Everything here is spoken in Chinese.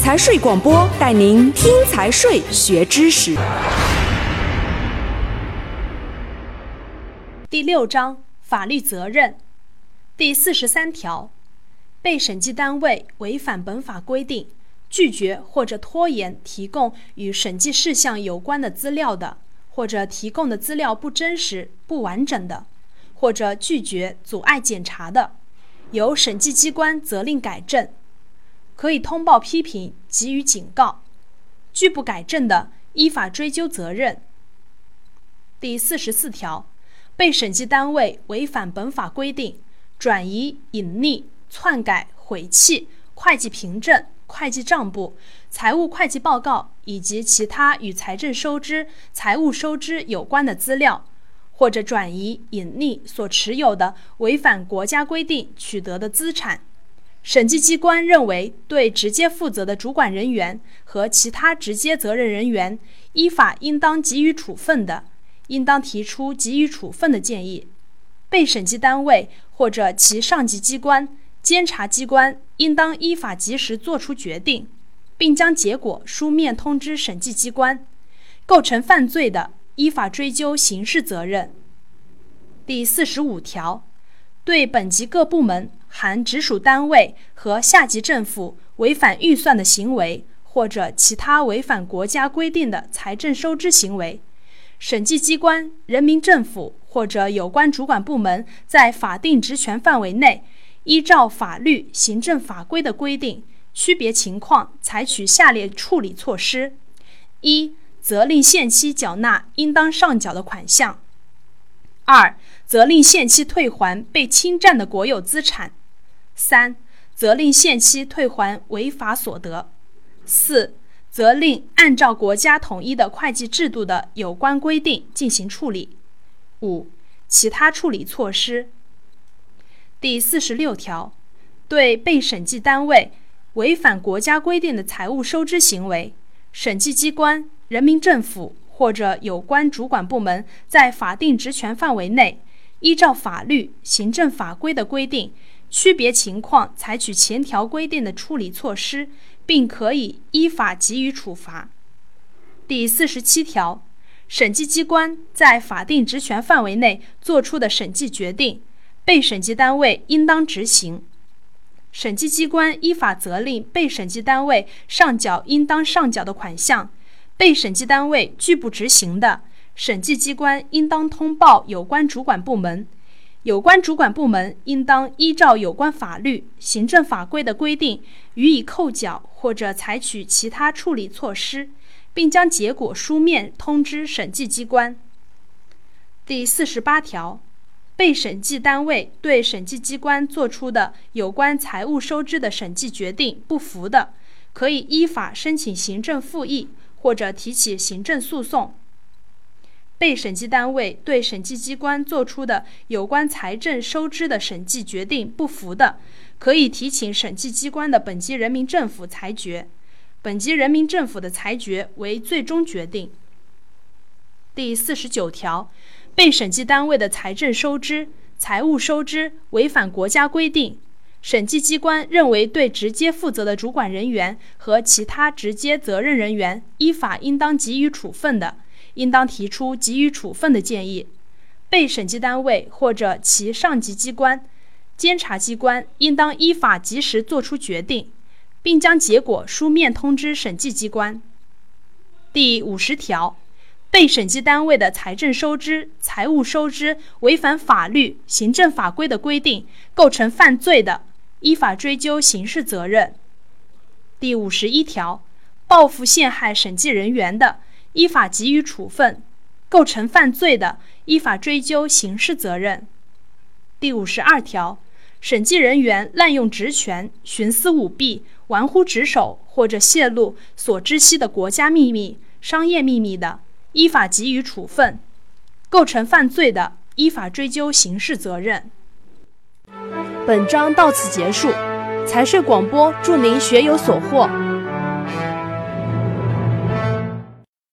财税广播带您听财税学知识。 第6章法律责任第43条，被审计单位违反本法规定，拒绝或者拖延提供与审计事项有关的资料的，或者提供的资料不真实、不完整的，或者拒绝、阻碍检查的，由审计机关责令改正，可以通报批评，给予警告；拒不改正的，依法追究责任。第44条，被审计单位违反本法规定，转移、隐匿、篡改、毁弃会计凭证、会计账簿、财务会计报告以及其他与财政收支、财务收支有关的资料，或者转移、隐匿所持有的违反国家规定取得的资产，审计机关认为对直接负责的主管人员和其他直接责任人员依法应当给予处分的，应当提出给予处分的建议。被审计单位或者其上级机关、监察机关应当依法及时作出决定，并将结果书面通知审计机关。构成犯罪的，依法追究刑事责任。第45条，对本级各部门含直属单位和下级政府违反预算的行为，或者其他违反国家规定的财政收支行为，审计机关、人民政府或者有关主管部门在法定职权范围内，依照法律、行政法规的规定，区别情况采取下列处理措施：一、责令限期缴纳应当上缴的款项；二、责令限期退还被侵占的国有资产；三、责令限期退还违法所得；四、责令按照国家统一的会计制度的有关规定进行处理；五、其他处理措施。第46条，对被审计单位违反国家规定的财务收支行为，审计机关、人民政府或者有关主管部门在法定职权范围内，依照法律、行政法规的规定，区别情况采取前条规定的处理措施，并可以依法给予处罚。第47条，审计机关在法定职权范围内作出的审计决定，被审计单位应当执行。审计机关依法责令被审计单位上缴应当上缴的款项，被审计单位拒不执行的，审计机关应当通报有关主管部门，有关主管部门应当依照有关法律、行政法规的规定予以扣缴或者采取其他处理措施，并将结果书面通知审计机关。第48条，被审计单位对审计机关作出的有关财务收支的审计决定不服的，可以依法申请行政复议或者提起行政诉讼。被审计单位对审计机关作出的有关财政收支的审计决定不服的，可以提请审计机关的本级人民政府裁决，本级人民政府的裁决为最终决定。第49条，被审计单位的财政收支、财务收支违反国家规定，审计机关认为对直接负责的主管人员和其他直接责任人员依法应当给予处分的，应当提出给予处分的建议。被审计单位或者其上级机关、监察机关应当依法及时作出决定，并将结果书面通知审计机关。第50条，被审计单位的财政收支、财务收支违反法律、行政法规的规定，构成犯罪的，依法追究刑事责任。第51条，报复陷害审计人员的，依法给予处分，构成犯罪的，依法追究刑事责任。第52条，审计人员滥用职权、徇私舞弊、玩忽职守或者泄露所知悉的国家秘密、商业秘密的，依法给予处分，构成犯罪的，依法追究刑事责任。本章到此结束，财税广播祝您学有所获。